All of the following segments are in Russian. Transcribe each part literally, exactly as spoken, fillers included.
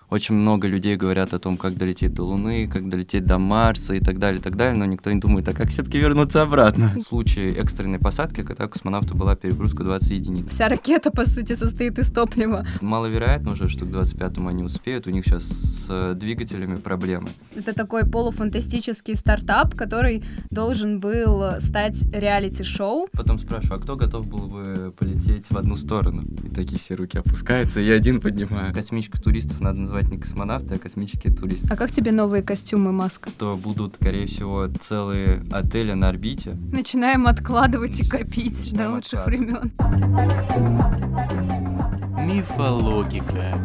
Очень много людей говорят о том, как долететь до Луны, как долететь до Марса и так далее, и так далее, но никто не думает, а как все-таки вернуться обратно. В случае экстренной посадки, когда у космонавта была перегрузка двадцать единиц. Вся ракета, по сути, состоит из топлива. Маловероятно уже, что к двадцать пятому они успеют, у них сейчас с двигателями проблемы. Это такой полуфантастический стартап, который должен был стать реалити-шоу. Потом спрашиваю, а кто готов был бы полететь в одну сторону? И такие все руки опускаются, и я один поднимаю. Космических туристов надо называть не космонавты, а космические туристы. А как тебе новые костюмы, Маска? То будут, скорее всего, целые отели на орбите. Начинаем откладывать и копить Начинаем до лучших откладывать. времен. Мифологика.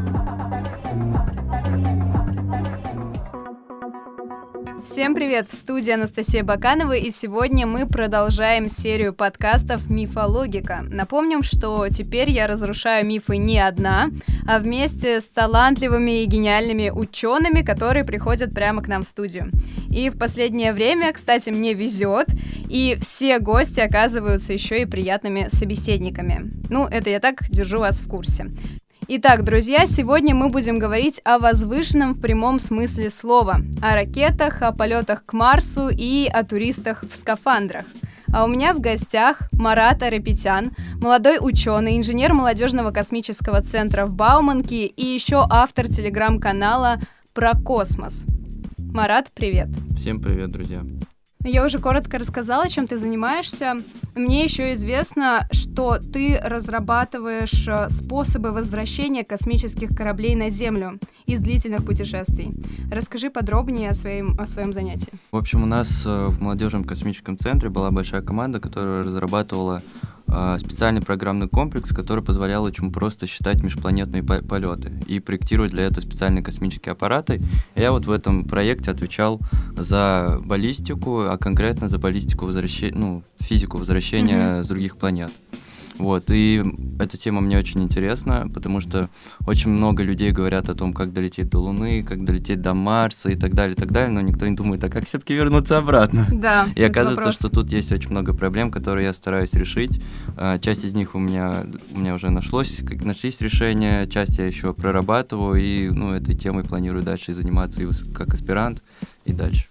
Всем привет! В студии Анастасия Баканова, и сегодня мы продолжаем серию подкастов «Мифологика». Напомним, что теперь я разрушаю мифы не одна, а вместе с талантливыми и гениальными учеными, которые приходят прямо к нам в студию. И в последнее время, кстати, мне везет, и все гости оказываются еще и приятными собеседниками. Ну, это я так держу вас в курсе. Итак, друзья, сегодня мы будем говорить о возвышенном в прямом смысле слова, о ракетах, о полетах к Марсу и о туристах в скафандрах. А у меня в гостях Марат Арапетян, молодой ученый, инженер молодежного космического центра в Бауманке и еще автор телеграм-канала про космос. Марат, привет. Всем привет, друзья. Я уже коротко рассказала, чем ты занимаешься. Мне еще известно, что ты разрабатываешь способы возвращения космических кораблей на Землю из длительных путешествий. Расскажи подробнее о своем, о своем занятии. В общем, у нас в молодежном космическом центре была большая команда, которая разрабатывала специальный программный комплекс, который позволял очень просто считать межпланетные по- полеты и проектировать для этого специальные космические аппараты. Я вот в этом проекте отвечал за баллистику, а конкретно за баллистику возвращения, ну, физику возвращения mm-hmm. с других планет. Вот, и эта тема мне очень интересна, потому что очень много людей говорят о том, как долететь до Луны, как долететь до Марса и так далее, и так далее, но никто не думает, а как все-таки вернуться обратно. Да, и оказывается, вопрос. что тут есть очень много проблем, которые я стараюсь решить. Часть из них у меня, у меня уже нашлось, нашлись решения, часть я еще прорабатываю, и ну, этой темой планирую дальше заниматься и как аспирант, и дальше.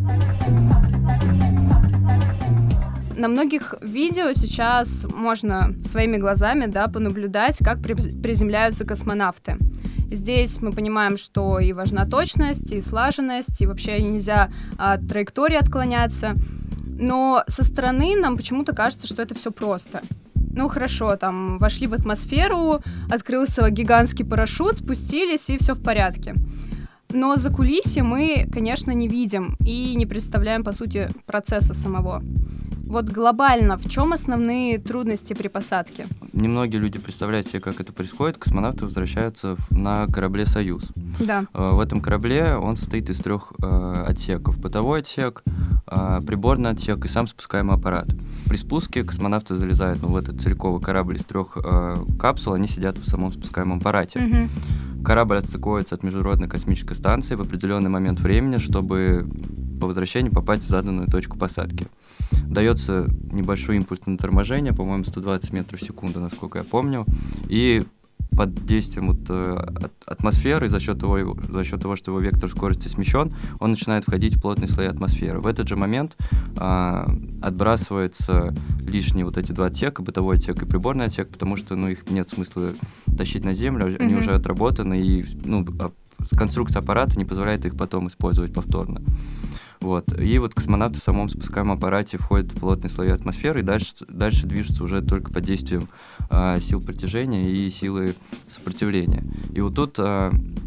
На многих видео сейчас можно своими глазами, да, понаблюдать, как приземляются космонавты. Здесь мы понимаем, что и важна точность, и слаженность, и вообще нельзя от траектории отклоняться. Но со стороны нам почему-то кажется, что это все просто. Ну хорошо, там вошли в атмосферу, открылся гигантский парашют, спустились, и все в порядке. Но закулисье мы, конечно, не видим и не представляем, по сути, процесса самого. Вот глобально, в чем основные трудности при посадке? Немногие люди представляют себе, как это происходит. Космонавты возвращаются на корабле «Союз». Да. В этом корабле он состоит из трех э, отсеков. Бытовой отсек, э, приборный отсек и сам спускаемый аппарат. При спуске космонавты залезают ну, в этот целиковый корабль из трех э, капсул, они сидят в самом спускаемом аппарате. Угу. Корабль отстыкуется от Международной космической станции в определенный момент времени, чтобы по возвращению попасть в заданную точку посадки. Дается небольшой импульс на торможение, по-моему, сто двадцать метров в секунду, насколько я помню, и под действием вот, э, атмосферы, за счет, того, за счет того, что его вектор скорости смещен, он начинает входить в плотные слои атмосферы. В этот же момент э, отбрасываются лишние вот эти два отсека, бытовой отсек и приборный отсек, потому что ну, их нет смысла тащить на Землю, mm-hmm. они уже отработаны, и ну, конструкция аппарата не позволяет их потом использовать повторно. Вот. И вот космонавты в самом спускаемом аппарате входят в плотные слои атмосферы и дальше, дальше движутся уже только под действием э, сил притяжения и силы сопротивления. И вот тут э,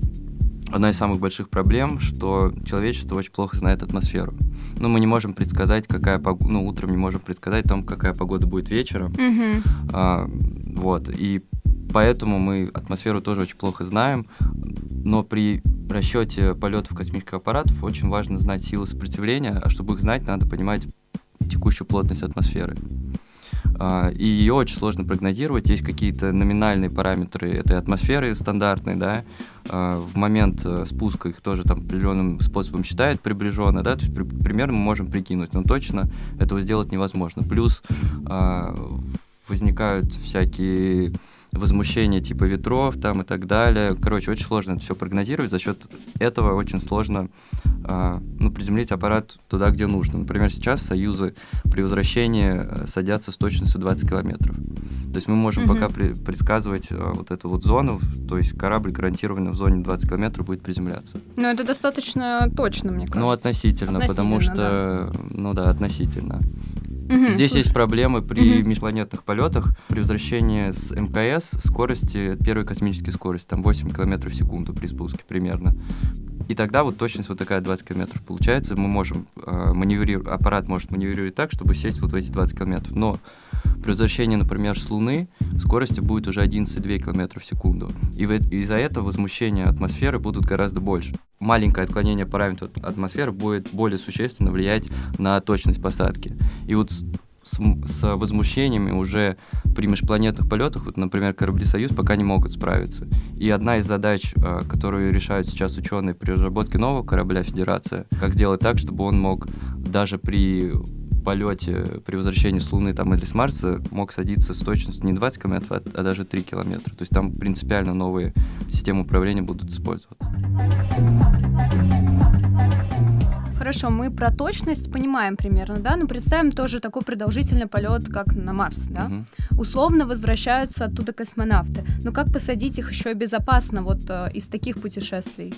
одна из самых больших проблем, что человечество очень плохо знает атмосферу. Ну, мы не можем предсказать, какая погода, ну, утром не можем предсказать о том, какая погода будет вечером. Mm-hmm. А, вот. И поэтому мы атмосферу тоже очень плохо знаем, но при расчете полетов космических аппаратов очень важно знать силы сопротивления, а чтобы их знать, надо понимать текущую плотность атмосферы. И ее очень сложно прогнозировать, есть какие-то номинальные параметры этой атмосферы стандартные, да, в момент спуска их тоже там определенным способом считают приближенно, да, то есть при, примерно мы можем прикинуть, но точно этого сделать невозможно. Плюс возникают всякие возмущения типа ветров там и так далее. Короче, очень сложно это все прогнозировать. За счет этого очень сложно э, ну, приземлить аппарат туда, где нужно. Например, сейчас союзы при возвращении садятся с точностью двадцать километров. То есть мы можем mm-hmm. пока при, предсказывать э, вот эту вот зону, то есть корабль гарантированно в зоне двадцать километров будет приземляться. Ну, это достаточно точно, мне кажется. Ну, относительно, относительно потому что... Да. Ну да, относительно. Угу, Здесь слушай. есть проблемы при угу. межпланетных полетах. При возвращении с эм ка эс скорости, первой космической скорости, там восемь километров в секунду при спуске примерно. И тогда вот точность вот такая двадцать километров получается. Мы можем э, маневрировать, аппарат может маневрировать так, чтобы сесть вот в эти двадцать километров. Но при возвращении, например, с Луны скорости будет уже одиннадцать целых две десятых километра в секунду. И в, из-за этого возмущения атмосферы будут гораздо больше. Маленькое отклонение параметров атмосферы будет более существенно влиять на точность посадки. И вот с, с, с возмущениями уже при межпланетных полетах, вот, например, корабли «Союз» пока не могут справиться. И одна из задач, которую решают сейчас ученые при разработке нового корабля «Федерация», как сделать так, чтобы он мог даже при полете, при возвращении с Луны там, или с Марса мог садиться с точностью не двадцать километров, а, а даже три километра. То есть там принципиально новые системы управления будут использоваться. Хорошо, мы про точность понимаем примерно, да, но представим тоже такой продолжительный полет, как на Марс, да. Угу. Условно возвращаются оттуда космонавты. Но как посадить их еще безопасно вот э, из таких путешествий?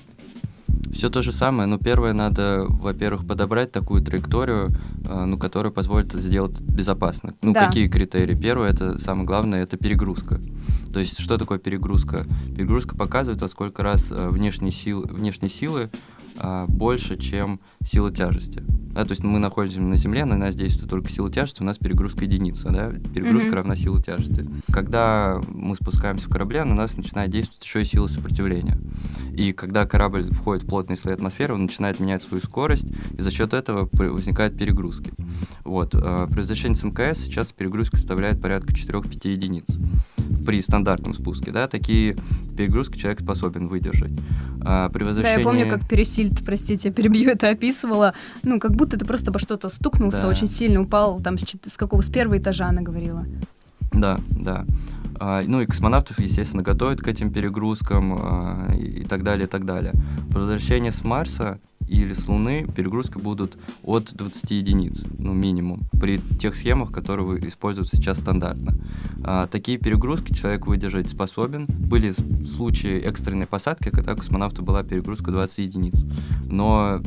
Все то же самое, но первое надо, во-первых, подобрать такую траекторию, э, ну, которая позволит это сделать безопасно. Ну, да. Какие критерии? Первое, это самое главное, это перегрузка. То есть, что такое перегрузка? Перегрузка показывает, во сколько раз э, внешние силы, внешние силы э, больше, чем сила тяжести. Да, то есть мы находимся на Земле, на нас действует только сила тяжести, у нас перегрузка единица, да? Перегрузка mm-hmm. равна силе тяжести. Когда мы спускаемся в корабле, на нас начинает действовать еще и сила сопротивления. И когда корабль входит в плотные слои атмосферы, он начинает менять свою скорость, и за счет этого возникают перегрузки. Вот. При возвращении с эм ка эс сейчас перегрузка составляет порядка четыре-пять единиц. При стандартном спуске, да, такие перегрузки человек способен выдержать. А при возвращении... Да, я помню, как Пересильд, простите, я перебью, это описывала, ну, как будто ты просто по что-то стукнулся, да. очень сильно упал, там, с, с какого, с первого этажа она говорила. Да, да. А, ну и космонавтов, естественно, готовят к этим перегрузкам а, и, и так далее, и так далее. При возвращении с Марса или с Луны перегрузки будут от двадцати единиц, ну, минимум, при тех схемах, которые используются сейчас стандартно. А, такие перегрузки человек выдержать способен. Были случаи экстренной посадки, когда у космонавта была перегрузка двадцать единиц. Но...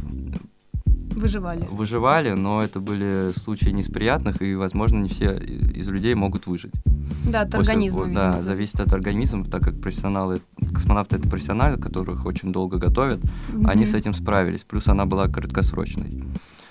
Выживали. Выживали, но это были случаи не из приятных, и, возможно, не все из людей могут выжить. Да, от После, организма. Вот, да, зависит от организма, так как профессионалы, космонавты — это профессионалы, которых очень долго готовят, mm-hmm. они с этим справились, плюс она была краткосрочной.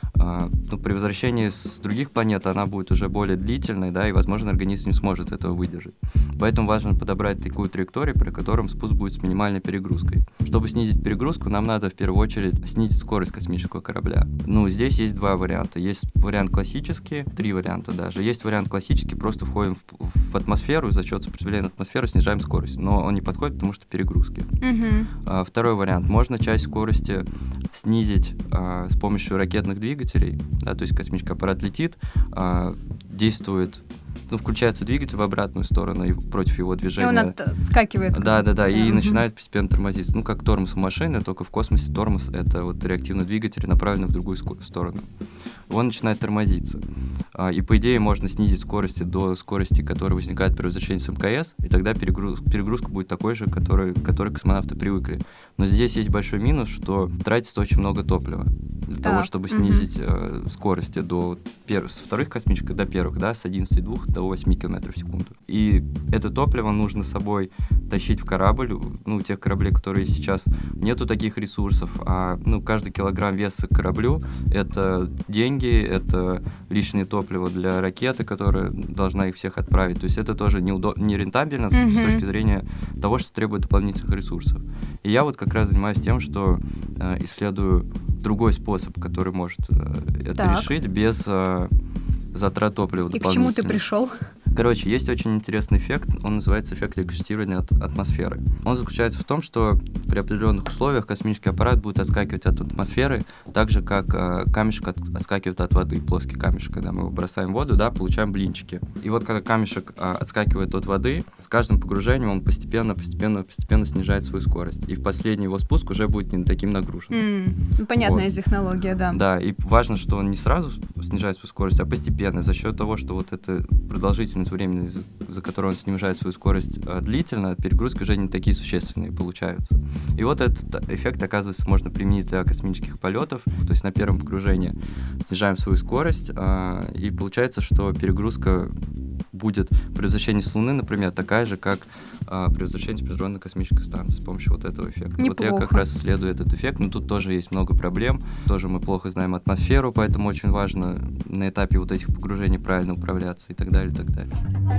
А, ну, при возвращении с других планет она будет уже более длительной, да, и, возможно, организм не сможет этого выдержать. Поэтому важно подобрать такую траекторию, при которой спуск будет с минимальной перегрузкой. Чтобы снизить перегрузку, нам надо в первую очередь снизить скорость космического корабля. Ну, здесь есть два варианта. Есть вариант классический, три варианта даже. Есть вариант классический, просто входим в, в атмосферу, за счет сопротивления атмосферы снижаем скорость. Но он не подходит, потому что перегрузки. Mm-hmm. А, второй вариант. Можно часть скорости снизить а, с помощью ракетных двигателей. Да, то есть космический аппарат летит, а, действует... Ну, включается двигатель в обратную сторону и против его движения. И он отскакивает. Да, да, да, и угу. начинает постепенно тормозиться. Ну, как тормоз у машины, только в космосе тормоз — это вот реактивный двигатель, направленный в другую сторону. Он начинает тормозиться. И, по идее, можно снизить скорости до скорости, которая возникает при возвращении с эм ка эс, и тогда перегруз, перегрузка будет такой же, к которой, к которой космонавты привыкли. Но здесь есть большой минус, что тратится очень много топлива для так. того, чтобы снизить угу. э, скорости до пер... с вторых космических до первых, да, с одиннадцати целых двух до восьми километров в секунду. И это топливо нужно с собой тащить в корабль. Ну, тех кораблей, которые сейчас нету таких ресурсов, а ну, каждый килограмм веса к кораблю — это деньги, это лишнее топливо для ракеты, которая должна их всех отправить. То есть это тоже неудоб... нерентабельно mm-hmm. с точки зрения того, что требует дополнительных ресурсов. И я вот как раз занимаюсь тем, что э, исследую другой способ, который может э, это так. решить без э, затрат топлива. И к чему ты пришел? Короче, есть очень интересный эффект, он называется эффект рикошетирования от атмосферы. Он заключается в том, что при определенных условиях космический аппарат будет отскакивать от атмосферы, так же, как э, камешек от, отскакивает от воды, плоский камешек. Когда мы его бросаем в воду, да, получаем блинчики. И вот когда камешек э, отскакивает от воды, с каждым погружением он постепенно, постепенно, постепенно снижает свою скорость. И в последний его спуск уже будет не таким нагруженным. Mm, понятная вот. Технология, да. Да, и важно, что он не сразу снижает свою скорость, а постепенно, за счет того, что вот эта продолжительность времени, за, за которую он снижает свою скорость э, длительно, перегрузки уже не такие существенные получаются. И вот этот эффект, оказывается, можно применить для космических полетов. То есть на первом погружении снижаем свою скорость, э, и получается, что перегрузка будет при возвращении с Луны, например, такая же, как э, при возвращении с Международной космической станции с помощью вот этого эффекта. Неплохо. Вот я как раз исследую этот эффект, но тут тоже есть много проблем. Тоже мы плохо знаем атмосферу, поэтому очень важно на этапе вот этих погружений правильно управляться и так далее, и так далее.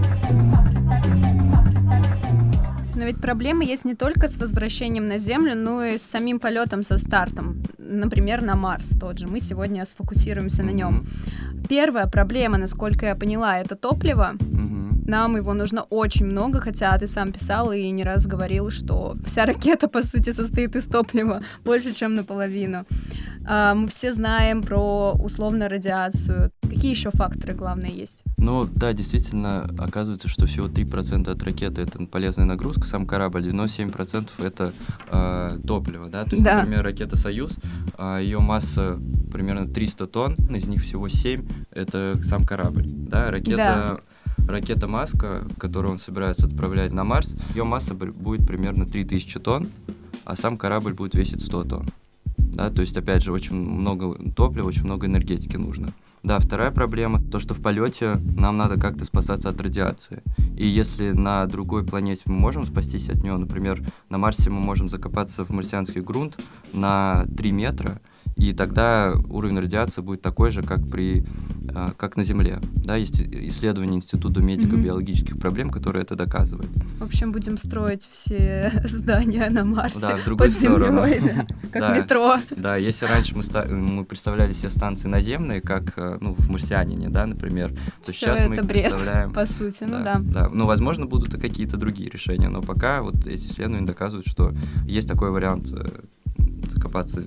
Но ведь проблемы есть не только с возвращением на Землю, но и с самим полетом со стартом. Например, на Марс тот же. Мы сегодня сфокусируемся mm-hmm. на нем. Первая проблема, насколько я поняла, это топливо. Mm-hmm. Нам его нужно очень много, хотя ты сам писал и не раз говорил, что вся ракета, по сути, состоит из топлива больше, чем наполовину. А, мы все знаем про условно радиацию. Какие еще факторы главные есть? Ну да, действительно, оказывается, что всего три процента от ракеты — это полезная нагрузка, сам корабль, девяносто семь процентов это э, топливо, да, то есть, да. Например, ракета «Союз», э, ее масса примерно триста тонн, из них всего семь — это сам корабль, да, ракета... Да. Ракета «Маска», которую он собирается отправлять на Марс, ее масса будет примерно три тысячи тонн, а сам корабль будет весить сто тонн. Да, то есть, опять же, очень много топлива, очень много энергетики нужно. Да, вторая проблема, то, что в полете нам надо как-то спасаться от радиации. И если на другой планете мы можем спастись от нее, например, на Марсе мы можем закопаться в марсианский грунт на три метра, и тогда уровень радиации будет такой же, как, при, как на Земле. Да, есть исследование Института медико-биологических проблем, которое это доказывает. В общем, будем строить все здания на Марсе, да, под землей, да, как да, метро. Да, если раньше мы, ста- мы представляли себе станции наземные, как ну, в «Марсианине», да, например, то все сейчас мы их бред, представляем... по сути, ну да, да. да. Ну, возможно, будут и какие-то другие решения, но пока вот эти исследования доказывают, что есть такой вариант закопаться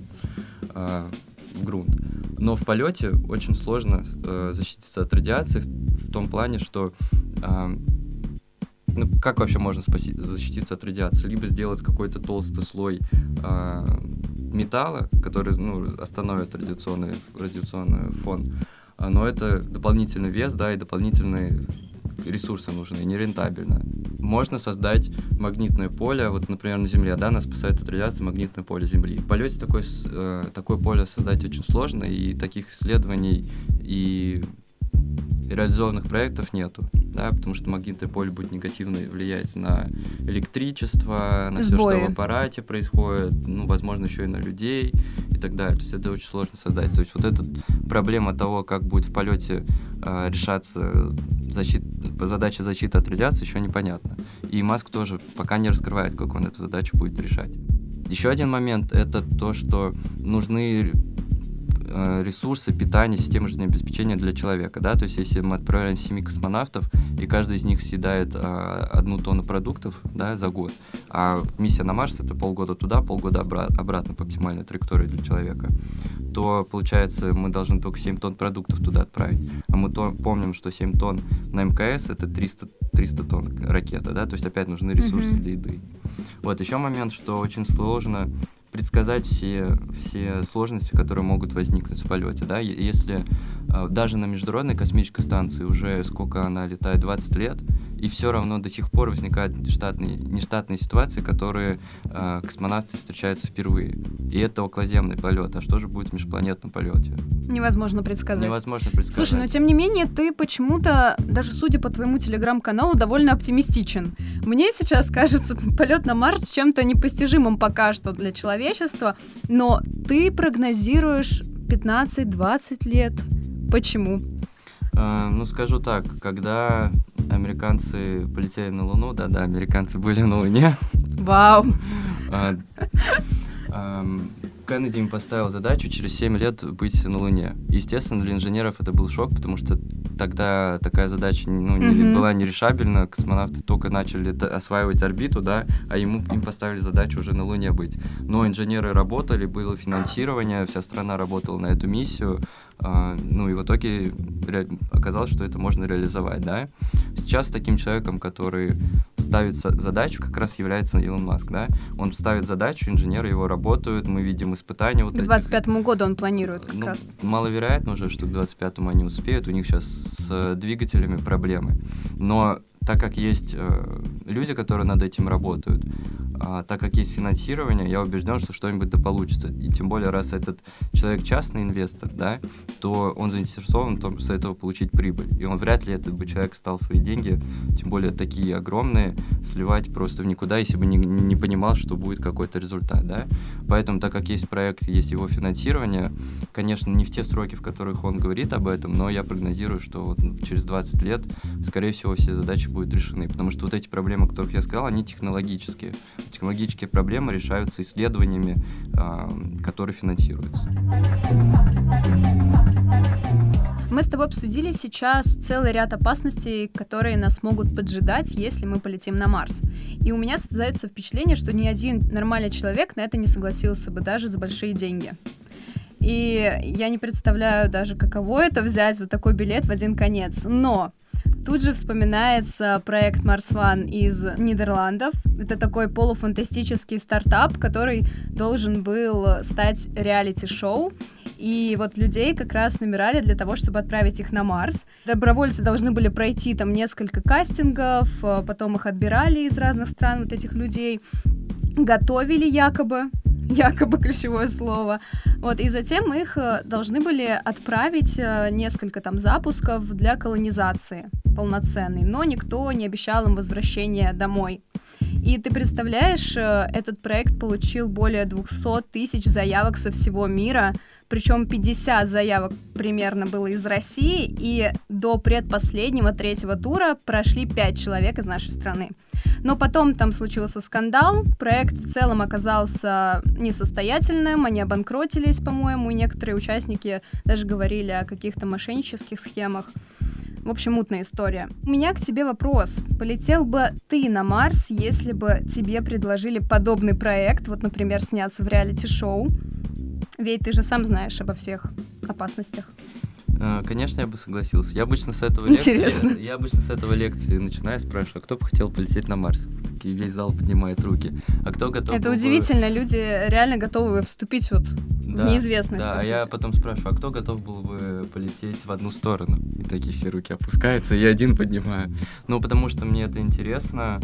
в грунт. Но в полете очень сложно э, защититься от радиации в, в том плане, что э, ну, как вообще можно спаси- защититься от радиации? Либо сделать какой-то толстый слой э, металла, который ну, остановит радиационный, радиационный фон, но это дополнительный вес, да, и дополнительные ресурсы нужны, нерентабельно. Можно создать магнитное поле, вот, например, на Земле, да, нас спасает от радиации магнитное поле Земли. В полете такое, э, такое поле создать очень сложно, и таких исследований и реализованных проектов нету, да, потому что магнитное поле будет негативно влиять на электричество, на все, что в аппарате происходит, ну, возможно, еще и на людей и так далее. То есть это очень сложно создать. То есть вот эта проблема того, как будет в полете э, решаться защит, задача защиты от радиации, еще непонятна. И Маск тоже пока не раскрывает, как он эту задачу будет решать. Еще один момент — это то, что нужны ресурсы, питание, системы жизнеобеспечения для человека, да, то есть если мы отправляем семи космонавтов, и каждый из них съедает а, одну тонну продуктов, да, за год, а миссия на Марс — это полгода туда, полгода обра- обратно по оптимальной траектории для человека, то, получается, мы должны только семь тонн продуктов туда отправить, а мы то, помним, что семь тонн на эм ка эс — это триста, триста тонн ракета, да, то есть опять нужны ресурсы mm-hmm. для еды. Вот, еще момент, что очень сложно предсказать все, все сложности, которые могут возникнуть в полете, да, если э, даже на Международной космической станции уже сколько она летает, двадцать лет, и все равно до сих пор возникают штатные, нештатные ситуации, которые э, космонавты встречаются впервые. И это околоземный полет. А что же будет в межпланетном полете? Невозможно предсказать. Невозможно предсказать. Слушай, но тем не менее, ты почему-то, даже судя по твоему телеграм-каналу, довольно оптимистичен. Мне сейчас кажется полет на Марс чем-то непостижимым пока что для человечества, но ты прогнозируешь пятнадцать-двадцать лет. Почему? Uh, ну, скажу так, когда американцы полетели на Луну, да-да, американцы были на Луне. Вау! Uh, Кеннеди им поставил задачу через семь лет быть на Луне. Естественно, для инженеров это был шок, потому что тогда такая задача ну, не, mm-hmm. была нерешабельна. Космонавты только начали осваивать орбиту, да, а ему, им поставили задачу уже на Луне быть. Но инженеры работали, было финансирование, вся страна работала на эту миссию. Uh, ну и в итоге ре- оказалось, что это можно реализовать, да. Сейчас таким человеком, который ставит задачу, как раз является Илон Маск, да. Он ставит задачу, инженеры его работают, мы видим испытания. Вот к двадцать пятому этих... году он планирует как ну, раз. Маловероятно уже, что к двадцать пятому они успеют, у них сейчас с двигателями проблемы. Но так как есть э, люди, которые над этим работают, а, так как есть финансирование, я убежден, что что-нибудь да получится. И тем более, раз этот человек частный инвестор, да, то он заинтересован в том, что с этого получить прибыль. И он вряд ли этот бы человек стал свои деньги, тем более такие огромные, сливать просто в никуда, если бы не, не понимал, что будет какой-то результат, да. Поэтому, так как есть проект, есть его финансирование, конечно, не в те сроки, в которых он говорит об этом, но я прогнозирую, что вот через двадцать лет, скорее всего, все задачи будут решены, потому что вот эти проблемы, о которых я сказал, они технологические. Технологические проблемы решаются исследованиями, э, которые финансируются. Мы с тобой обсудили сейчас целый ряд опасностей, которые нас могут поджидать, если мы полетим на Марс. И у меня создается впечатление, что ни один нормальный человек на это не согласился бы, даже за большие деньги. И я не представляю даже, каково это взять вот такой билет в один конец. Но тут же вспоминается проект Mars One из Нидерландов. Это такой полуфантастический стартап, который должен был стать реалити-шоу. И вот людей как раз набирали для того, чтобы отправить их на Марс. Добровольцы должны были пройти там несколько кастингов, потом их отбирали из разных стран, вот этих людей, готовили якобы, якобы ключевое слово. Вот, и затем их должны были отправить несколько там запусков для колонизации полноценной, но никто не обещал им возвращения домой. И ты представляешь, этот проект получил более двести тысяч заявок со всего мира, причем пятьдесят заявок примерно было из России, и до предпоследнего третьего тура прошли пять человек из нашей страны. Но потом там случился скандал, проект в целом оказался несостоятельным, они обанкротились, по-моему, и некоторые участники даже говорили о каких-то мошеннических схемах. В общем, мутная история. У меня к тебе вопрос. Полетел бы ты на Марс, если бы тебе предложили подобный проект, вот, например, сняться в реалити-шоу? Ведь ты же сам знаешь обо всех опасностях. Конечно, я бы согласился. Я обычно с этого лекции, я, я обычно с этого лекции начинаю спрашивать, а кто бы хотел полететь на Марс? Такие весь зал поднимает руки. А кто готов? Это был удивительно, бы... люди реально готовы вступить вот да, в неизвестность. Да, а я потом спрашиваю, а кто готов был бы полететь в одну сторону? И такие все руки опускаются, и я один поднимаю. Ну, потому что мне это интересно.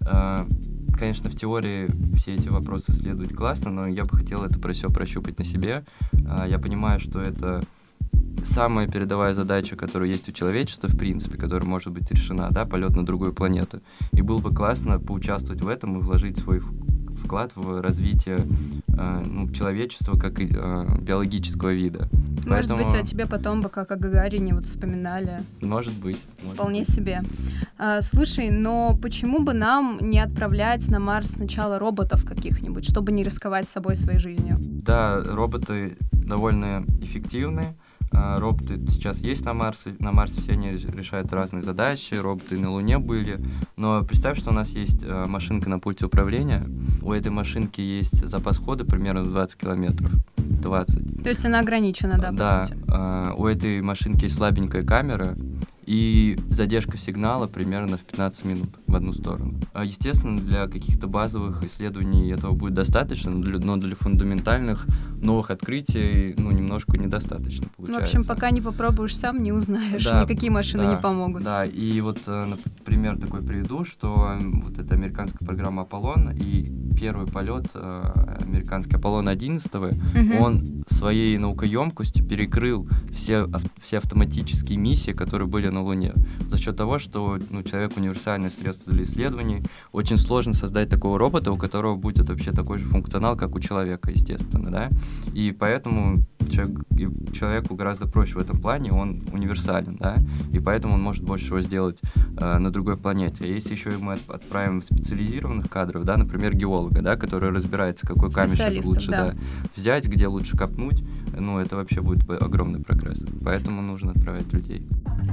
Конечно, в теории все эти вопросы исследовать классно, но я бы хотел это все прощупать на себе. Я понимаю, что это самая передовая задача, которая есть у человечества, в принципе, которая может быть решена, да, полет на другую планету. И было бы классно поучаствовать в этом и вложить свой вклад в развитие э, ну, человечества как и, э, биологического вида. Может Поэтому... быть, о тебе потом бы, как о Гагарине, вот вспоминали. Может быть. Может Вполне быть. себе. А, слушай, но почему бы нам не отправлять на Марс сначала роботов каких-нибудь, чтобы не рисковать собой, своей жизнью? Да, роботы довольно эффективны. Роботы сейчас есть на Марсе, на Марсе все они решают разные задачи, роботы на Луне были, но представь, что у нас есть машинка на пульте управления, у этой машинки есть запас хода примерно двадцать километров, двадцать. То есть она ограничена, да, да, по сути? Да, у этой машинки есть слабенькая камера, и задержка сигнала примерно в пятнадцать минут в одну сторону. Естественно, для каких-то базовых исследований этого будет достаточно, но для фундаментальных новых открытий ну, немножко недостаточно получается. В общем, пока не попробуешь сам, не узнаешь, да, никакие машины да, не помогут. Да, и вот, например, такой приведу, что вот эта американская программа «Аполлон» и первый полет американский «Аполлон одиннадцать», угу. Он своей наукоемкостью перекрыл все, все автоматические миссии, которые были на Луне. За счет того, что ну, человек универсальное средство для исследований, очень сложно создать такого робота, у которого будет вообще такой же функционал, как у человека, естественно, да. И поэтому человек, человеку гораздо проще в этом плане, он универсален, да, и поэтому он может больше всего сделать э, на другой планете. А если еще мы отправим специализированных кадров, да, например, геолога, да, который разбирается, какой камешек лучше да. Да, взять, где лучше копнуть, ну, это вообще будет огромный прогресс. Поэтому нужно отправлять людей.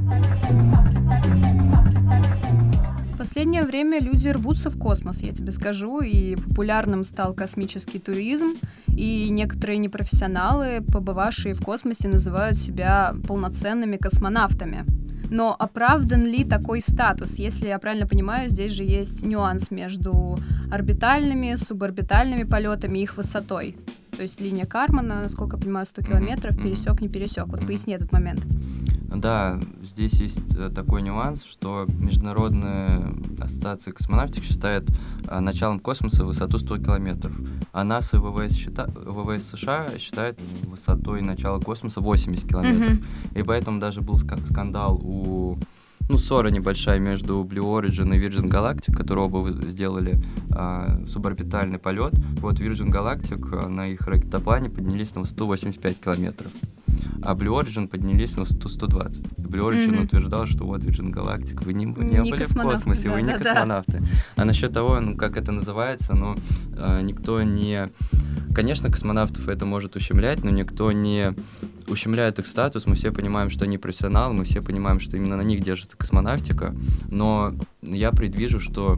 В последнее время люди рвутся в космос, я тебе скажу, и популярным стал космический туризм, и некоторые непрофессионалы, побывавшие в космосе, называют себя полноценными космонавтами. Но оправдан ли такой статус? Если я правильно понимаю, здесь же есть нюанс между орбитальными, суборбитальными полетами и их высотой. То есть линия Кармана, насколько я понимаю, сто километров, пересек, не пересек. Вот поясни этот момент. Да, здесь есть такой нюанс, что Международная ассоциация космонавтики считает началом космоса высоту сто километров, а НАСА и ВВС, счита... ВВС США считают высотой начала космоса восемьдесят километров. Mm-hmm. И поэтому даже был скандал у... Ну, ссора небольшая между Blue Origin и Virgin Galactic, которые оба сделали а, суборбитальный полет. Вот Virgin Galactic на их ракетоплане поднялись на высоту восемьдесят пять километров, а Blue Origin поднялись на высоту сто двадцать. Blue Origin mm-hmm. утверждал, что вот Virgin Galactic, вы не, не, не были в космосе, да, вы не да, космонавты. Да. А насчет того, ну, как это называется, ну, а, никто не... Конечно, космонавтов это может ущемлять, но никто не ущемляет их статус. Мы все понимаем, что они профессионалы, мы все понимаем, что именно на них держится космонавтика. Но я предвижу, что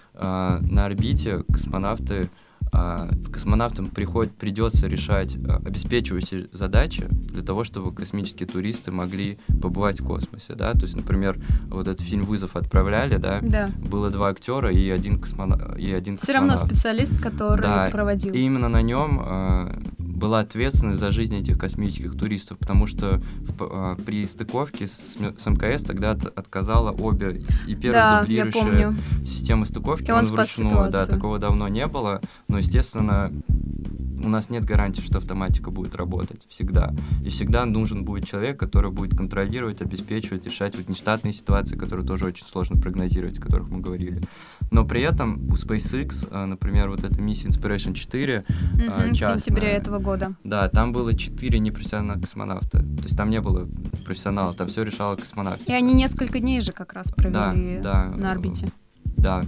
э, на орбите космонавты, э, космонавтам приход, придется решать э, обеспечивающие задачи для того, чтобы космические туристы могли побывать в космосе. Да? То есть, например, вот этот фильм «Вызов» отправляли, да? Да. Было два актера и один, космона... и один все космонавт. Все равно специалист, который да, проводил. И именно на нем э, была ответственность за жизнь этих космических туристов, потому что в, э, при стыковке с, с МКС тогда от, отказала обе и первая да, дублирующая система стыковки. И он вручную, да, такого давно не было, но, естественно, у нас нет гарантии, что автоматика будет работать всегда. И всегда нужен будет человек, который будет контролировать, обеспечивать, решать вот нештатные ситуации, которые тоже очень сложно прогнозировать, о которых мы говорили. Но при этом у SpaceX, например, вот эта миссия Inspiration четыре, mm-hmm, частная, в сентябре этого года. Да, там было четыре непрофессиональных космонавта. То есть там не было профессионалов, там все решала космонавтика. И они несколько дней же как раз провели да, да, на орбите. Да,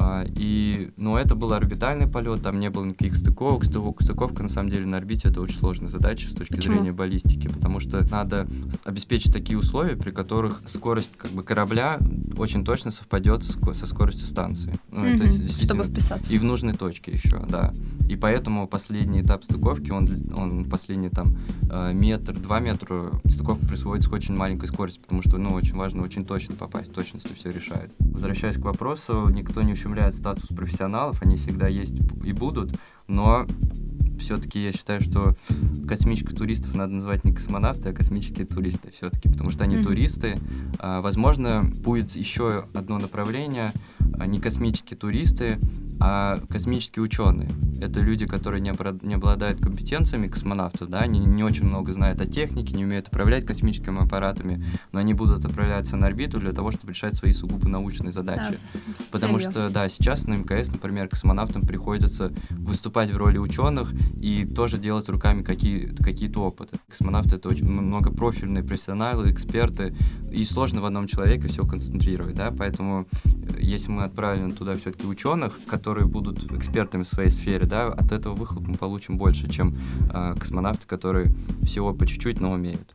и, но это был орбитальный полет, там не было никаких стыковок. Стыковка, на самом деле, на орбите — это очень сложная задача с точки Почему? зрения баллистики, потому что надо обеспечить такие условия, при которых скорость как бы корабля очень точно совпадет со скоростью станции. Ну, mm-hmm, это, чтобы вписаться. И в нужной точке еще, да. И поэтому последний этап стыковки, он, он последний там метр, два метра, стыковка происходит с очень маленькой скоростью, потому что, ну, очень важно очень точно попасть, точность все решает. Возвращаясь к вопросу, никто не ущемляет статус профессионалов, они всегда есть и будут, но все-таки я считаю, что космических туристов надо называть не космонавты, а космические туристы все-таки, потому что они mm-hmm. туристы. А, возможно, будет еще одно направление, а, не космические туристы, а космические ученые. Это люди, которые не, обра- не обладают компетенциями космонавтов, да, они не очень много знают о технике, не умеют управлять космическими аппаратами, но они будут отправляться на орбиту для того, чтобы решать свои сугубо научные задачи. Да, с, с Потому целью. что, да, сейчас на МКС, например, космонавтам приходится выступать в роли ученых и тоже делать руками какие- какие-то опыты. Космонавты — это очень многопрофильные профессионалы, эксперты, и сложно в одном человеке все концентрировать, да, поэтому если мы отправим туда все-таки ученых, которые будут экспертами в своей сфере, да, от этого выхлоп мы получим больше, чем э, космонавты, которые всего по чуть-чуть, но умеют.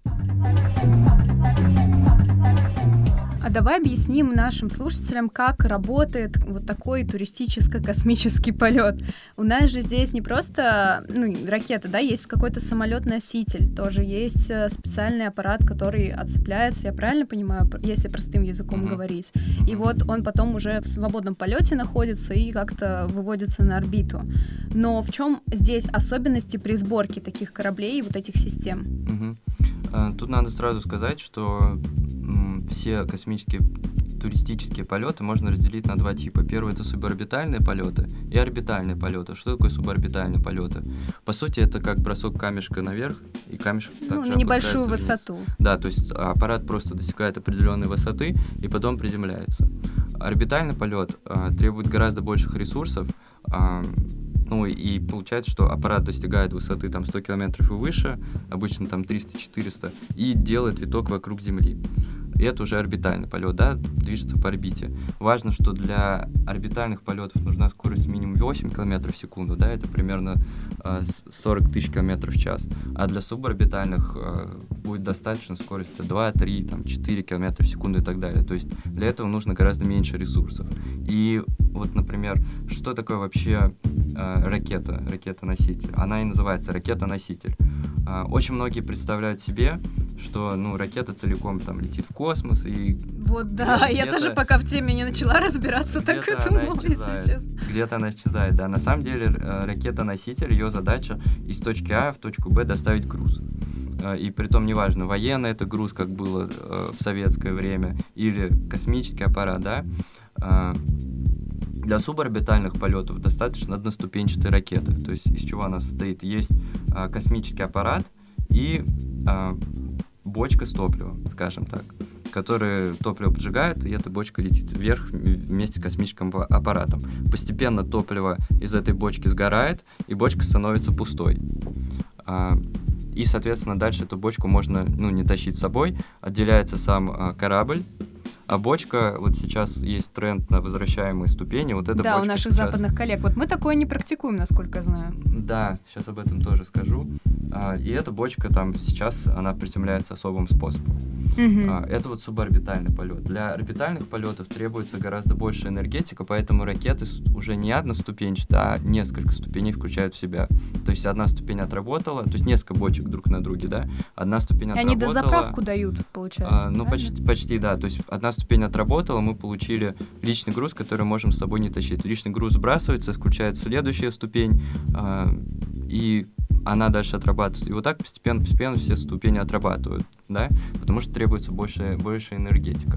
А давай объясним нашим слушателям, как работает вот такой туристическо-космический полет. У нас же здесь не просто ну, ракета, да, есть какой-то самолет-носитель, тоже есть специальный аппарат, который отцепляется, я правильно понимаю, если простым языком mm-hmm. говорить. Mm-hmm. И вот он потом уже в свободном полете находится и как-то выводится на орбиту. Но в чем здесь особенности при сборке таких кораблей и вот этих систем? Mm-hmm. Тут надо сразу сказать, что все космические туристические полеты можно разделить на два типа. Первый — это суборбитальные полеты и орбитальные полеты. Что такое суборбитальные полеты? По сути, это как бросок камешка наверх, и камешек также ну, на небольшую вниз. высоту. Да, то есть аппарат просто достигает определенной высоты и потом приземляется. Орбитальный полет а, требует гораздо больших ресурсов. А, Ну, и получается, что аппарат достигает высоты там сто километров и выше, обычно там триста-четыреста, и делает виток вокруг Земли. И это уже орбитальный полет, да, движется по орбите. Важно, что для орбитальных полетов нужна скорость минимум восемь километров в секунду, да, это примерно э, сорок тысяч километров в час. А для суборбитальных э, будет достаточно скорости два, три, там, четыре километра в секунду и так далее. То есть для этого нужно гораздо меньше ресурсов. И вот, например, что такое вообще э, ракета, ракета-носитель? Она и называется ракета-носитель. Э, очень многие представляют себе, что, ну, ракета целиком там летит в космос и... Вот да, я тоже пока в теме не начала разбираться, так и думала, если честно. Где-то она исчезает, да. На самом деле ракета-носитель, ее задача из точки А в точку Б доставить груз. И притом неважно, военный это груз, как было в советское время, или космический аппарат, да. Для суборбитальных полетов достаточно одноступенчатой ракеты. То есть из чего она состоит? Есть космический аппарат и бочка с топливом, скажем так, который топливо поджигает, и эта бочка летит вверх вместе с космическим аппаратом. Постепенно топливо из этой бочки сгорает, и бочка становится пустой. И, соответственно, дальше эту бочку можно, ну, не тащить с собой, отделяется сам корабль, а бочка, вот сейчас есть тренд на возвращаемые ступени, вот эта да, бочка у наших сейчас... западных коллег. Вот мы такое не практикуем, насколько я знаю. Да, сейчас об этом тоже скажу. И эта бочка там сейчас, она приземляется особым способом. Uh-huh. Это вот суборбитальный полет. Для орбитальных полетов требуется гораздо больше энергетика, поэтому ракеты уже не одноступенчатые, а несколько ступеней включают в себя. То есть одна ступень отработала, то есть несколько бочек друг на друге, да? Одна ступень отработала. Они дозаправку дают, получается. А, ну, почти, почти, да. То есть одна ступень отработала, мы получили личный груз, который можем с собой не тащить. Личный груз сбрасывается, включается следующая ступень, а, и она дальше отрабатывается. И вот так постепенно-постепенно все ступени отрабатывают, да, потому что требуется больше, больше энергетика.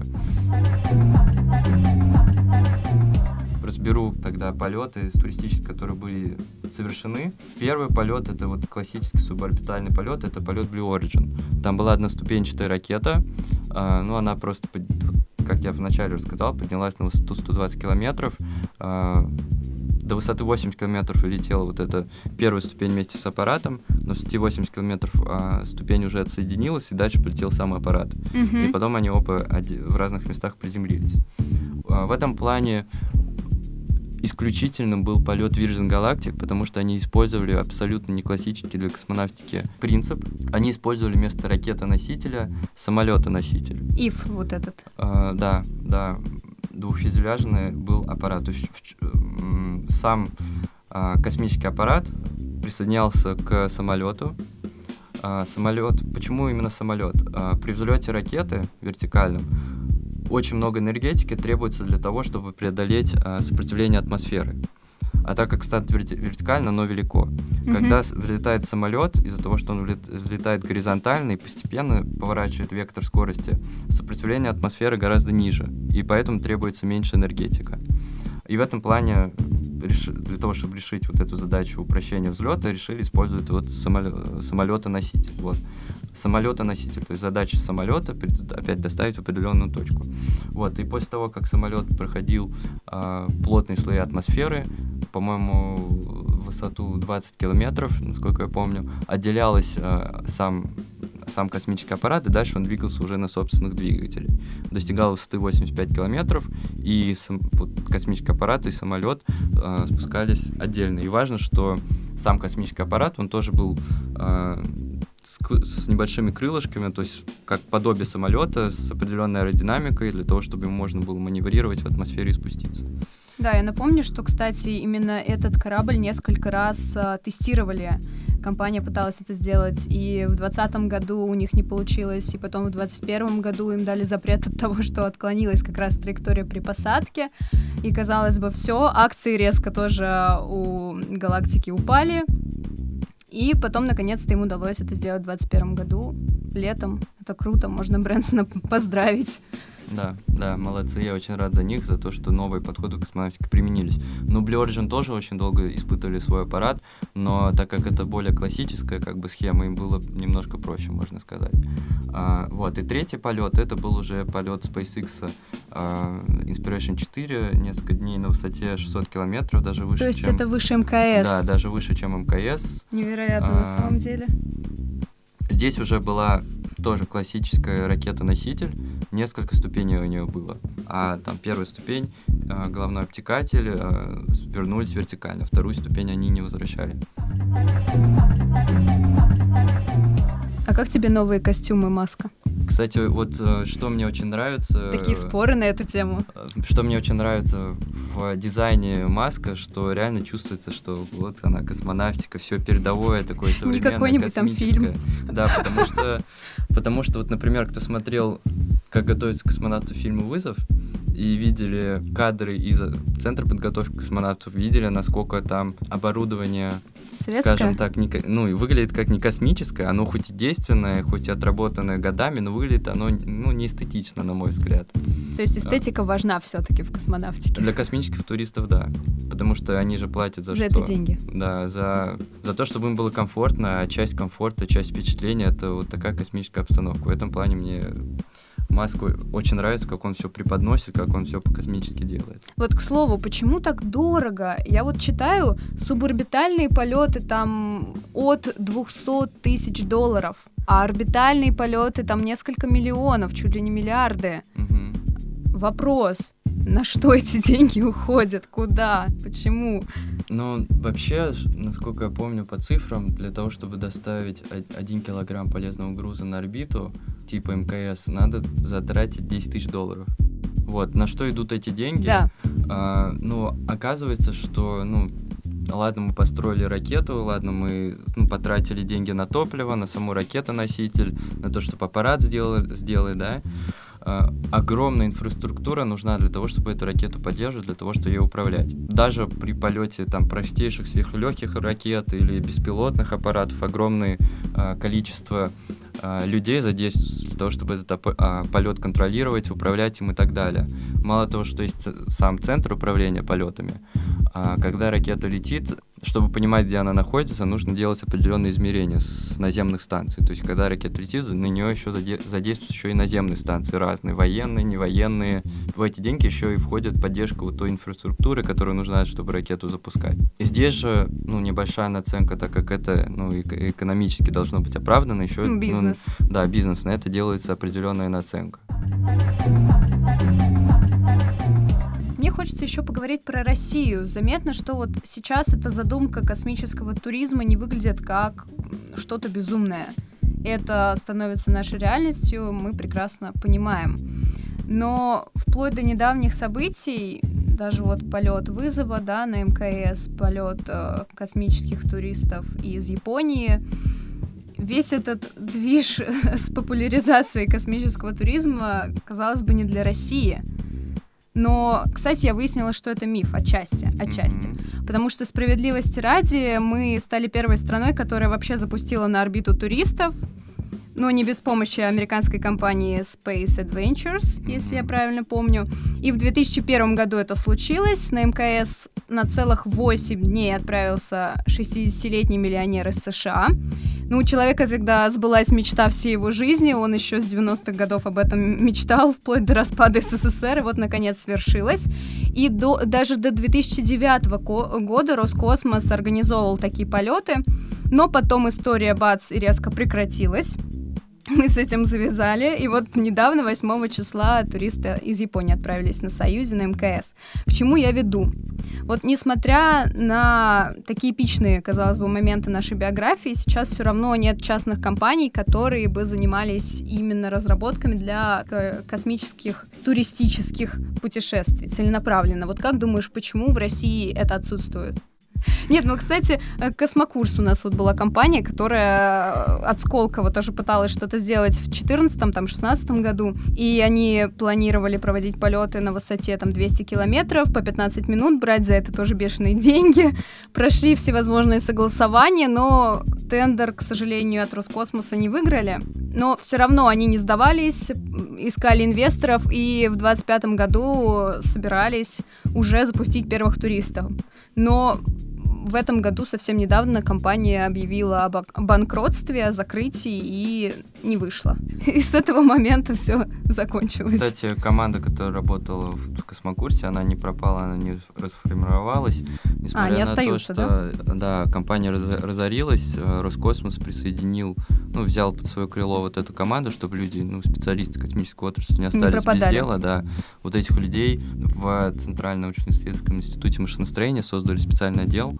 Разберу тогда полеты туристические, которые были совершены. Первый полет — это вот классический суборбитальный полет, это полет Blue Origin. Там была одноступенчатая ракета, э, ну она просто, как я вначале рассказал, поднялась на высоту сто двадцать километров, э, до высоты восемьдесят километров летела вот эта первая ступень вместе с аппаратом, на высоте восемьдесят километров а, ступень уже отсоединилась, и дальше полетел сам аппарат. Uh-huh. И потом они оба в разных местах приземлились. А, в этом плане исключительным был полет Virgin Galactic, потому что они использовали абсолютно не классический для космонавтики принцип. Они использовали вместо ракеты-носителя самолета-носитель. ИФ вот этот. А, да, да. Двухфюзеляжный был аппарат. То есть сам а, космический аппарат присоединялся к самолету. А, самолет, почему именно самолет? А, при взлете ракеты вертикальном очень много энергетики требуется для того, чтобы преодолеть а, сопротивление атмосферы. А так как стат вертикально, оно велико. Mm-hmm. Когда взлетает самолет, из-за того, что он взлетает горизонтально и постепенно поворачивает вектор скорости, сопротивление атмосферы гораздо ниже, и поэтому требуется меньше энергетика. И в этом плане, для того, чтобы решить вот эту задачу упрощения взлета, решили использовать вот самолета-носитель. Вот. Самолета-носитель, то есть задача самолета опять доставить в определенную точку. Вот. И после того, как самолет проходил э, плотные слои атмосферы, по-моему, высоту двадцать километров, насколько я помню, отделялась э, сам, сам космический аппарат, и дальше он двигался уже на собственных двигателях. Достигал высоты восемьдесят пять километров, и сам, вот, космический аппарат и самолет э, спускались отдельно. И важно, что сам космический аппарат, он тоже был э, с, с небольшими крылышками, то есть как подобие самолета, с определенной аэродинамикой, для того, чтобы ему можно было маневрировать в атмосфере и спуститься. Да, я напомню, что, кстати, именно этот корабль несколько раз а, тестировали. Компания пыталась это сделать, и в двадцатом году у них не получилось, и потом в двадцать первом году им дали запрет от того, что отклонилась как раз траектория при посадке. И, казалось бы, все, акции резко тоже у галактики упали. И потом, наконец-то, им удалось это сделать в двадцать первом году, летом. Это круто, можно Брэнсона поздравить. Да, да, молодцы, я очень рад за них, за то, что новые подходы к космонавтике применились. Ну, Blue Origin тоже очень долго испытывали свой аппарат, но так как это более классическая как бы схема, им было немножко проще, можно сказать. А, вот, и третий полет, это был уже полет SpaceX а, Inspiration четыре, несколько дней на высоте шестьсот километров, даже выше, То есть чем... это выше МКС? Да, даже выше, чем МКС. Невероятно, а, на самом деле. Здесь уже была тоже классическая ракета-носитель, несколько ступеней у нее было. А там первая ступень, э, головной обтекатель, э, вернулись вертикально, вторую ступень они не возвращали. А как тебе новые костюмы Маска? Кстати, вот э, что мне очень нравится... Такие споры на эту тему. Что мне очень нравится в дизайне Маска, что реально чувствуется, что вот она космонавтика, все передовое, такое современное, не какой-нибудь там фильм. Да, потому что, потому что вот, например, кто смотрел, как готовятся космонавты в фильме «Вызов», и видели кадры из Центра подготовки космонавтов, видели, насколько там оборудование, советское? Скажем так, не, ну, выглядит как не космическое, оно хоть и действенное, хоть и отработанное годами, но выглядит оно ну, не эстетично, на мой взгляд. То есть эстетика да. важна все-таки в космонавтике? Для космических туристов, да. Потому что они же платят за, за что? За это деньги. Да, за, за то, чтобы им было комфортно, а часть комфорта, часть впечатления — это вот такая космическая обстановка. В этом плане мне Маску очень нравится, как он все преподносит, как он все по-космически делает. Вот, к слову, почему так дорого? Я вот читаю, суборбитальные полеты там от двухсот тысяч долларов, а орбитальные полеты там несколько миллионов, чуть ли не миллиарды. Угу. Вопрос, на что эти деньги уходят, куда, почему? Ну, вообще, насколько я помню по цифрам, для того, чтобы доставить один килограмм полезного груза на орбиту, типа МКС, надо затратить десять тысяч долларов. Вот, на что идут эти деньги? Да. А, ну, оказывается, что, ну, ладно, мы построили ракету, ладно, мы ну, потратили деньги на топливо, на саму ракетоноситель, на то, чтобы аппарат сделали, сделали, да. А, огромная инфраструктура нужна для того, чтобы эту ракету поддерживать, для того, чтобы ее управлять. Даже при полете там простейших сверхлегких ракет или беспилотных аппаратов огромное а, количество а, людей задействуется для того, чтобы этот а, полет контролировать, управлять им и так далее. Мало того, что есть сам центр управления полетами, а, когда ракета летит, чтобы понимать, где она находится, нужно делать определенные измерения с наземных станций. То есть, когда ракета летит, на нее еще заде- задействуют еще и наземные станции разные, военные, невоенные. В эти деньги еще и входит поддержка вот той инфраструктуры, которая нужна, чтобы ракету запускать. И здесь же, ну, небольшая наценка, так как это, ну, эко- экономически должно быть оправдано, еще... Бизнес. Ну, да, бизнес, на это делается определенная наценка. Мне хочется еще поговорить про Россию. Заметно, что вот сейчас эта задумка космического туризма не выглядит как что-то безумное. Это становится нашей реальностью, мы прекрасно понимаем. Но вплоть до недавних событий, даже вот полет вызова, да, на МКС, полет э, космических туристов из Японии, весь этот движ с популяризацией космического туризма, казалось бы, не для России. Но, кстати, я выяснила, что это миф отчасти, отчасти. Mm-hmm. Потому что, справедливости ради, мы стали первой страной, которая вообще запустила на орбиту туристов, но не без помощи американской компании Space Adventures, mm-hmm. если я правильно помню. И в две тысячи первом году это случилось. На МКС на целых восемь дней отправился шестидесятилетний миллионер из США. Ну, у человека тогда сбылась мечта всей его жизни, он еще с девяностых годов об этом мечтал, вплоть до распада СССР, и вот, наконец, свершилось. И до, даже до две тысячи девятого года Роскосмос организовывал такие полеты, но потом история бац и резко прекратилась. Мы с этим завязали, и вот недавно, восьмого числа, туристы из Японии отправились на Союзе, на МКС. К чему я веду? Вот несмотря на такие эпичные, казалось бы, моменты нашей биографии, сейчас все равно нет частных компаний, которые бы занимались именно разработками для космических туристических путешествий целенаправленно. Вот как думаешь, почему в России это отсутствует? Нет, ну, кстати, Космокурс у нас вот была компания, которая от Сколково тоже пыталась что-то сделать в четырнадцатом, там, шестнадцатом году, и они планировали проводить полеты на высоте, там, двести километров, по пятнадцать минут, брать за это тоже бешеные деньги, прошли всевозможные согласования, но тендер, к сожалению, от Роскосмоса не выиграли. Но все равно они не сдавались, искали инвесторов и в двадцать пятом году собирались уже запустить первых туристов. Но в этом году совсем недавно компания объявила о банкротстве, о закрытии и не вышла. И с этого момента все закончилось. Кстати, команда, которая работала в космокурсе, она не пропала, она не расформировалась. Несмотря а, они на остаются, то, что да? Да, компания разорилась, Роскосмос присоединил, ну, взял под свое крыло вот эту команду, чтобы люди, ну, специалисты космической отрасли не остались не без дела. Да. Вот этих людей в Центральном научно-исследовательском институте машиностроения создали специальный отдел,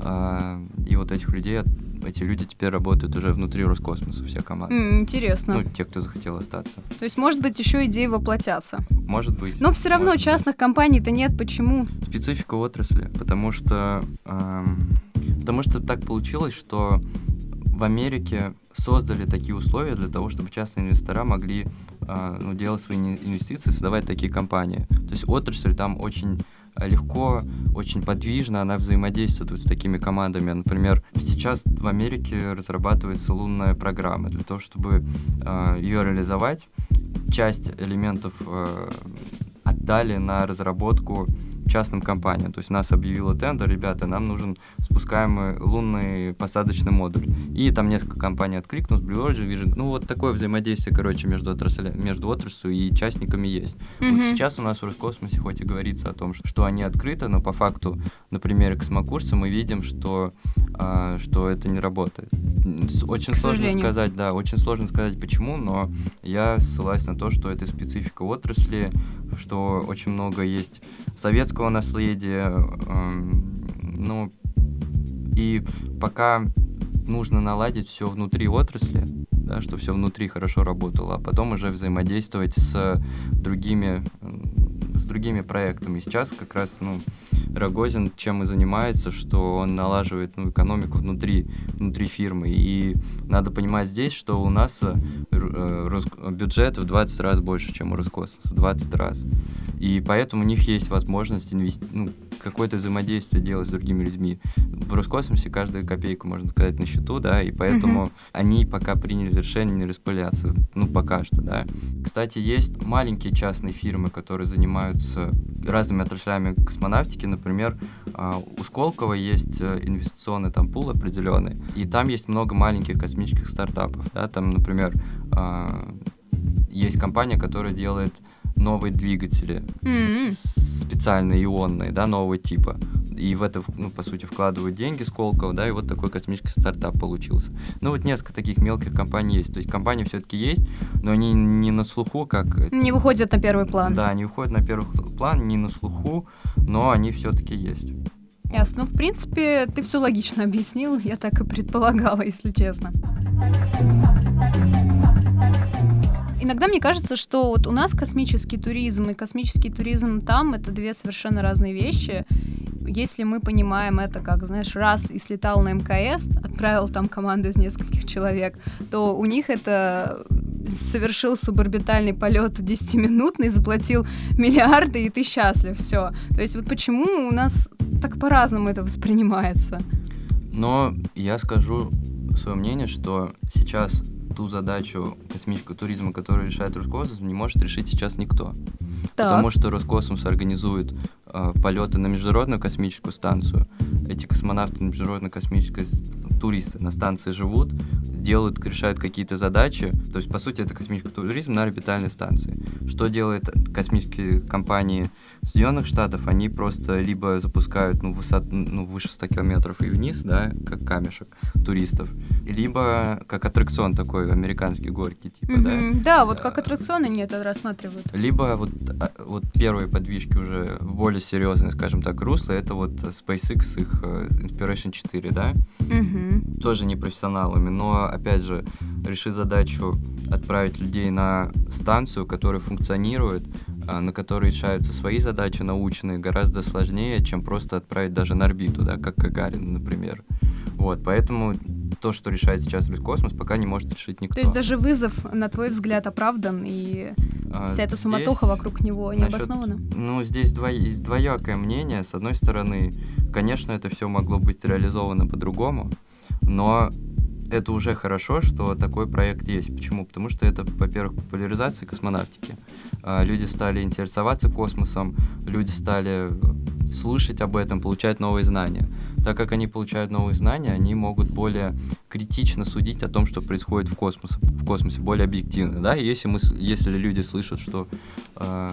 и вот этих людей, эти люди теперь работают уже внутри Роскосмоса, вся команда. Mm, интересно. Ну, те, кто захотел остаться. То есть, может быть, еще идеи воплотятся. Может быть. Но все равно частных быть. компаний-то нет. Почему? Специфика отрасли. Потому что, эм, потому что так получилось, что в Америке создали такие условия для того, чтобы частные инвестора могли э, ну, делать свои инвестиции, создавать такие компании. То есть отрасль там очень легко, очень подвижно, она взаимодействует вот с такими командами. Например, сейчас в Америке разрабатывается лунная программа. Для того, чтобы э, ее реализовать, часть элементов э, отдали на разработку частным компаниям. То есть нас объявила тендер, ребята, нам нужен спускаемый лунный посадочный модуль. И там несколько компаний откликнулись, Blue Origin, Vision. Ну, вот такое взаимодействие, короче, между, отрасли, между отраслью и частниками есть. Mm-hmm. Вот сейчас у нас в Роскосмосе хоть и говорится о том, что, что они открыты, но по факту на примере космокурса мы видим, что, а, что это не работает. Очень сложно сказать, да, очень сложно сказать почему, но я ссылаюсь на то, что это специфика отрасли, что очень много есть советского наследия, э, ну, и пока нужно наладить все внутри отрасли, да, что все внутри хорошо работало, а потом уже взаимодействовать с другими, с другими проектами. Сейчас как раз, ну, Рогозин чем и занимается, что он налаживает, ну, экономику внутри, внутри фирмы. И надо понимать здесь, что у нас э, Рос... бюджет в двадцать раз больше, чем у Роскосмоса, двадцать раз. И поэтому у них есть возможность инвести... ну, какое-то взаимодействие делать с другими людьми. В Роскосмосе каждая копейка, можно сказать, на счету, да, и поэтому uh-huh. они пока приняли решение не распыляться, ну, пока что, да. Кстати, есть маленькие частные фирмы, которые занимаются разными отраслями космонавтики, например, у Сколково есть инвестиционный там пул определенный, и там есть много маленьких космических стартапов, да, там, например, есть компания, которая делает новые двигатели, mm-hmm. специальные ионные, да, нового типа. И в это, ну, по сути, вкладывают деньги Сколково, да, и вот такой космический стартап получился. Ну, вот несколько таких мелких компаний есть. То есть компании все-таки есть, но они не на слуху, как... Не выходят на первый план. Да, не выходят на первый план, не на слуху, но они все-таки есть. Ясно. Ну, в принципе, ты все логично объяснил, я так и предполагала, если честно. Иногда мне кажется, что вот у нас космический туризм и космический туризм там — это две совершенно разные вещи. Если мы понимаем это как, знаешь, раз и слетал на эм ка эс, отправил там команду из нескольких человек, то у них это совершил суборбитальный полет десятиминутный, заплатил миллиарды, и ты счастлив, все. То есть вот почему у нас так по-разному это воспринимается? Но я скажу свое мнение, что сейчас ту задачу космического туризма, которую решает Роскосмос, не может решить сейчас никто. Так. Потому что Роскосмос организует э, полеты на Международную космическую станцию. Эти космонавты на Международной космической туристы на станции живут, делают, решают какие-то задачи. То есть, по сути, это космический туризм на орбитальной станции. Что делают космические компании Соединенных Штатов? Они просто либо запускают, ну, высот, ну, выше ста километров и вниз, да, как камешек туристов, либо как аттракцион такой американский горький, типа, mm-hmm. да? Да, вот как аттракцион они это рассматривают. Либо вот, вот первые подвижки уже в более серьезные, скажем так, русло, это вот SpaceX, их Inspiration четыре, да? Mm-hmm. Тоже не профессионалами, но, опять же, решить задачу отправить людей на станцию, которая функционирует, на которой решаются свои задачи научные, гораздо сложнее, чем просто отправить даже на орбиту, да, как Гагарин, например. Вот, поэтому то, что решает сейчас Роскосмос, пока не может решить никто. То есть даже вызов, на твой взгляд, оправдан, и а, вся эта суматоха здесь, вокруг него не обоснована? Ну, здесь дво, есть двоякое мнение. С одной стороны, конечно, это все могло быть реализовано по-другому, но это уже хорошо, что такой проект есть. Почему? Потому что это, во-первых, популяризация космонавтики. Люди стали интересоваться космосом, люди стали слышать об этом, получать новые знания. Так как они получают новые знания, они могут более критично судить о том, что происходит в космосе, в космосе более объективно. Да? И если, мы, если люди слышат, что э,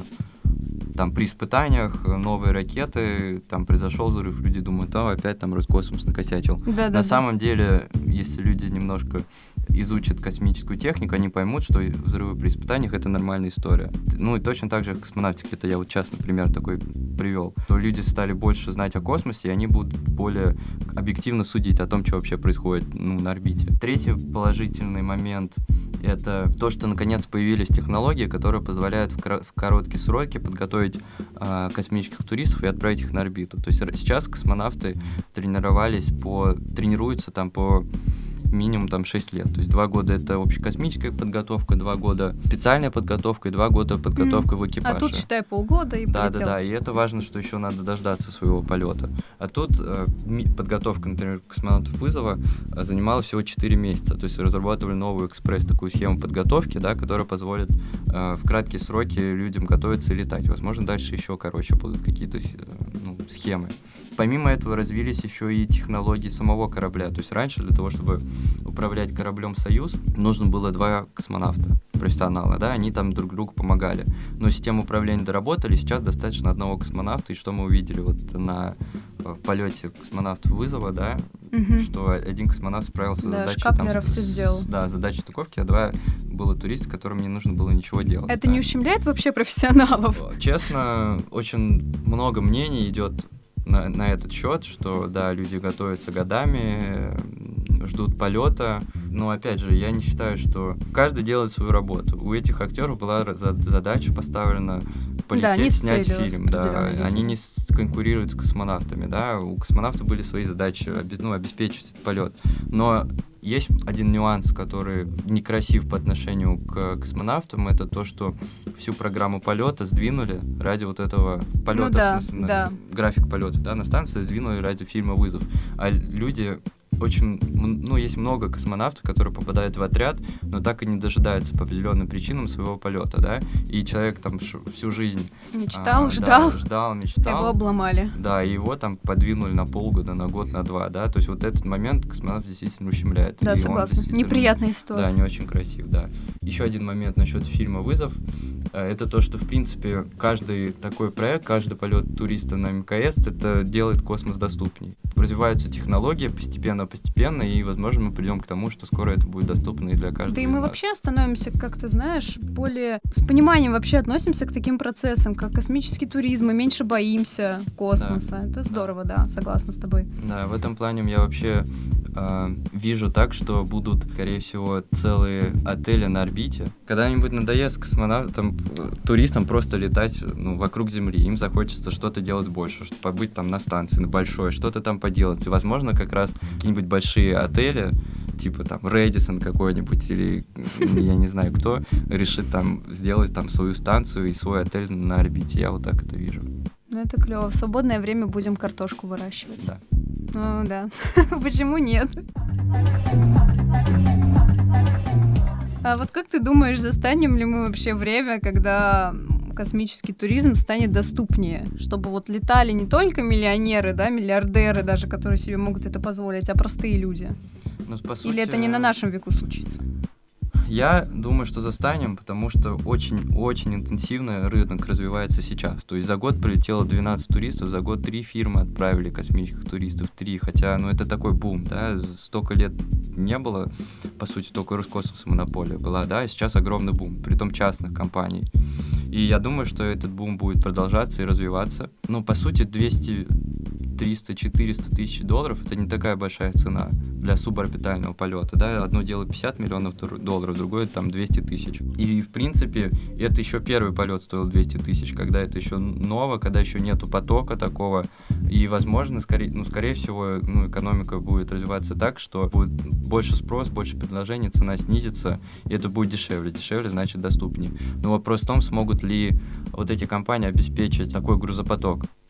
там при испытаниях новые ракеты, там произошел взрыв, люди думают, а опять там Роскосмос накосячил. Да, На да, самом да. деле, если люди немножко изучат космическую технику, они поймут, что взрывы при испытаниях — это нормальная история. Ну и точно так же космонавтика, это я вот частный пример такой привел, то люди стали больше знать о космосе, и они будут более объективно судить о том, что вообще происходит, ну, на орбите. Третий положительный момент — это то, что наконец появились технологии, которые позволяют в, кор- в короткие сроки подготовить э, космических туристов и отправить их на орбиту. То есть сейчас космонавты тренировались по, тренируются там по минимум там шесть лет. То есть два года это общекосмическая подготовка, два года специальная подготовка и два года подготовка mm. в экипаже. А тут, считай, полгода и да, полетел. Да, да, и это важно, что еще надо дождаться своего полета. А тут э, подготовка, например, космонавтов вызова э, занимала всего четыре месяца. То есть разрабатывали новую экспресс, такую схему подготовки, да, которая позволит э, в краткие сроки людям готовиться и летать. Возможно, дальше еще короче будут какие-то э, ну, схемы. Помимо этого развились еще и технологии самого корабля. То есть раньше для того, чтобы управлять кораблем «Союз», нужно было два космонавта, профессионала, да, они там друг другу помогали. Но систему управления доработали, сейчас достаточно одного космонавта, и что мы увидели вот на полете космонавтов вызова, да, угу. что один космонавт справился да, с задачей... Шкаплеров там, все сделал. Да, задачей стыковки, а два было туриста, которым не нужно было ничего делать. Это да. не ущемляет вообще профессионалов? Честно, очень много мнений идет на, на этот счет, что да, люди готовятся годами, ждут полета. Но опять же, я не считаю, что каждый делает свою работу. У этих актеров была задача поставлена полететь, да, не снять фильм. Да, видимо. Они не конкурируют с космонавтами. Да. У космонавтов были свои задачи, ну, обеспечить этот полет. Но есть один нюанс, который некрасив по отношению к космонавтам, это то, что всю программу полета сдвинули ради вот этого полета, ну, да, в смысле, да. график полета, да, на станции сдвинули ради фильма «Вызов». А люди... Очень, ну, есть много космонавтов, которые попадают в отряд, но так и не дожидаются по определенным причинам своего полета, да, и человек там ш- всю жизнь... Мечтал, а, ждал, да, ждал, мечтал. Его обломали. Да, и его там подвинули на полгода, на год, на два, да, то есть вот этот момент космонавт действительно ущемляет. Да, согласна, неприятная ситуация. Да, не очень красив, да. Еще один момент насчет фильма «Вызов», это то, что, в принципе, каждый такой проект, каждый полет туриста на МКС, это делает космос доступней. Развиваются технологии постепенно-постепенно, и, возможно, мы придем к тому, что скоро это будет доступно и для каждого. Да и мы вообще становимся, как ты знаешь, более с пониманием вообще относимся к таким процессам, как космический туризм, мы меньше боимся космоса. Да. Это здорово, да. да, согласна с тобой. Да, в этом плане я вообще э, вижу так, что будут, скорее всего, целые отели на орбите. Когда-нибудь надоест космонавтам, туристам просто летать, ну, вокруг Земли. Им захочется что-то делать больше, чтобы побыть там на станции, на большой, что-то там поделать. И, возможно, как раз какие-нибудь большие отели, типа там Рэдисон какой-нибудь или я не знаю кто, решит там сделать там свою станцию и свой отель на орбите. Я вот так это вижу. Ну, это клево. В свободное время будем картошку выращивать. Да. Ну, да. Почему нет? А вот как ты думаешь, застанем ли мы вообще время, когда космический туризм станет доступнее, чтобы вот летали не только миллионеры, да, миллиардеры даже, которые себе могут это позволить, а простые люди? Ну, по сути... Или это не на нашем веку случится? Я думаю, что застанем, потому что очень-очень интенсивно рынок развивается сейчас. То есть за год прилетело двенадцать туристов, за год три фирмы отправили космических туристов, три, хотя, ну, это такой бум, да, столько лет не было, по сути, только Роскосмос монополия была, да, и сейчас огромный бум, притом частных компаний. И я думаю, что этот бум будет продолжаться и развиваться. Ну, по сути, двести, триста, четыреста тысяч долларов — это не такая большая цена для суборбитального полета, да, одно дело пятьдесят миллионов долларов, другое там двести тысяч. И, в принципе, это еще первый полет стоил двести тысяч, когда это еще ново, когда еще нету потока такого, и, возможно, скорее, ну, скорее всего, ну, экономика будет развиваться так, что будет больше спрос, больше предложений, цена снизится, и это будет дешевле. Дешевле значит доступнее. Но вопрос в том, смогут ли вот эти компании обеспечить такой грузопоток.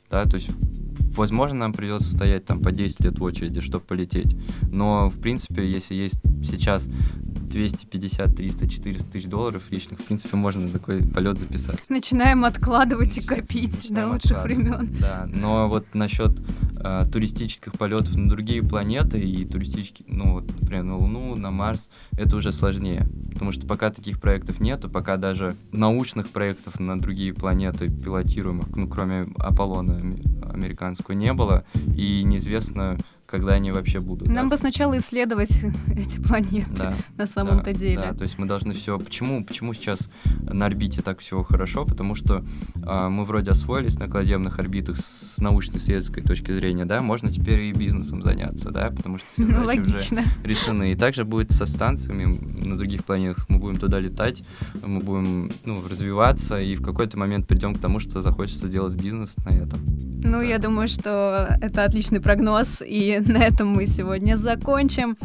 да, то есть возможно, нам придется стоять там по десять лет в очереди, чтобы полететь. Но, в принципе, если есть сейчас двести пятьдесят, триста, четыреста тысяч долларов лишних, в принципе, можно на такой полет записаться. Начинаем откладывать и копить Начинаем до лучших времен. Да, но вот насчет э, туристических полетов на другие планеты и туристических, ну, вот, например, на Луну, на Марс, это уже сложнее. Потому что пока таких проектов нету, пока даже научных проектов на другие планеты пилотируемых, ну, кроме Аполлона американского, не было, и неизвестно, когда они вообще будут. Нам да? бы сначала исследовать эти планеты, да, на самом-то да, деле. Да, то есть мы должны все... Почему, почему сейчас на орбите так все хорошо? Потому что э, мы вроде освоились на околоземных орбитах с научно-исследовательской точки зрения, да, можно теперь и бизнесом заняться, да, потому что все ну, задачи логично. уже решены. И также будет со станциями на других планетах. Мы будем туда летать, мы будем, ну, развиваться, и в какой-то момент придем к тому, что захочется сделать бизнес на этом. Ну, да. Я думаю, что это отличный прогноз, и на этом мы сегодня закончим.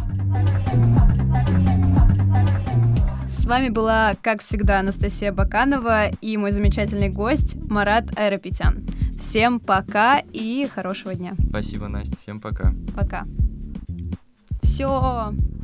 С вами была, как всегда, Анастасия Баканова и мой замечательный гость Марат Айрапетян. Всем пока и хорошего дня. Спасибо, Настя. Всем пока. Пока. Все.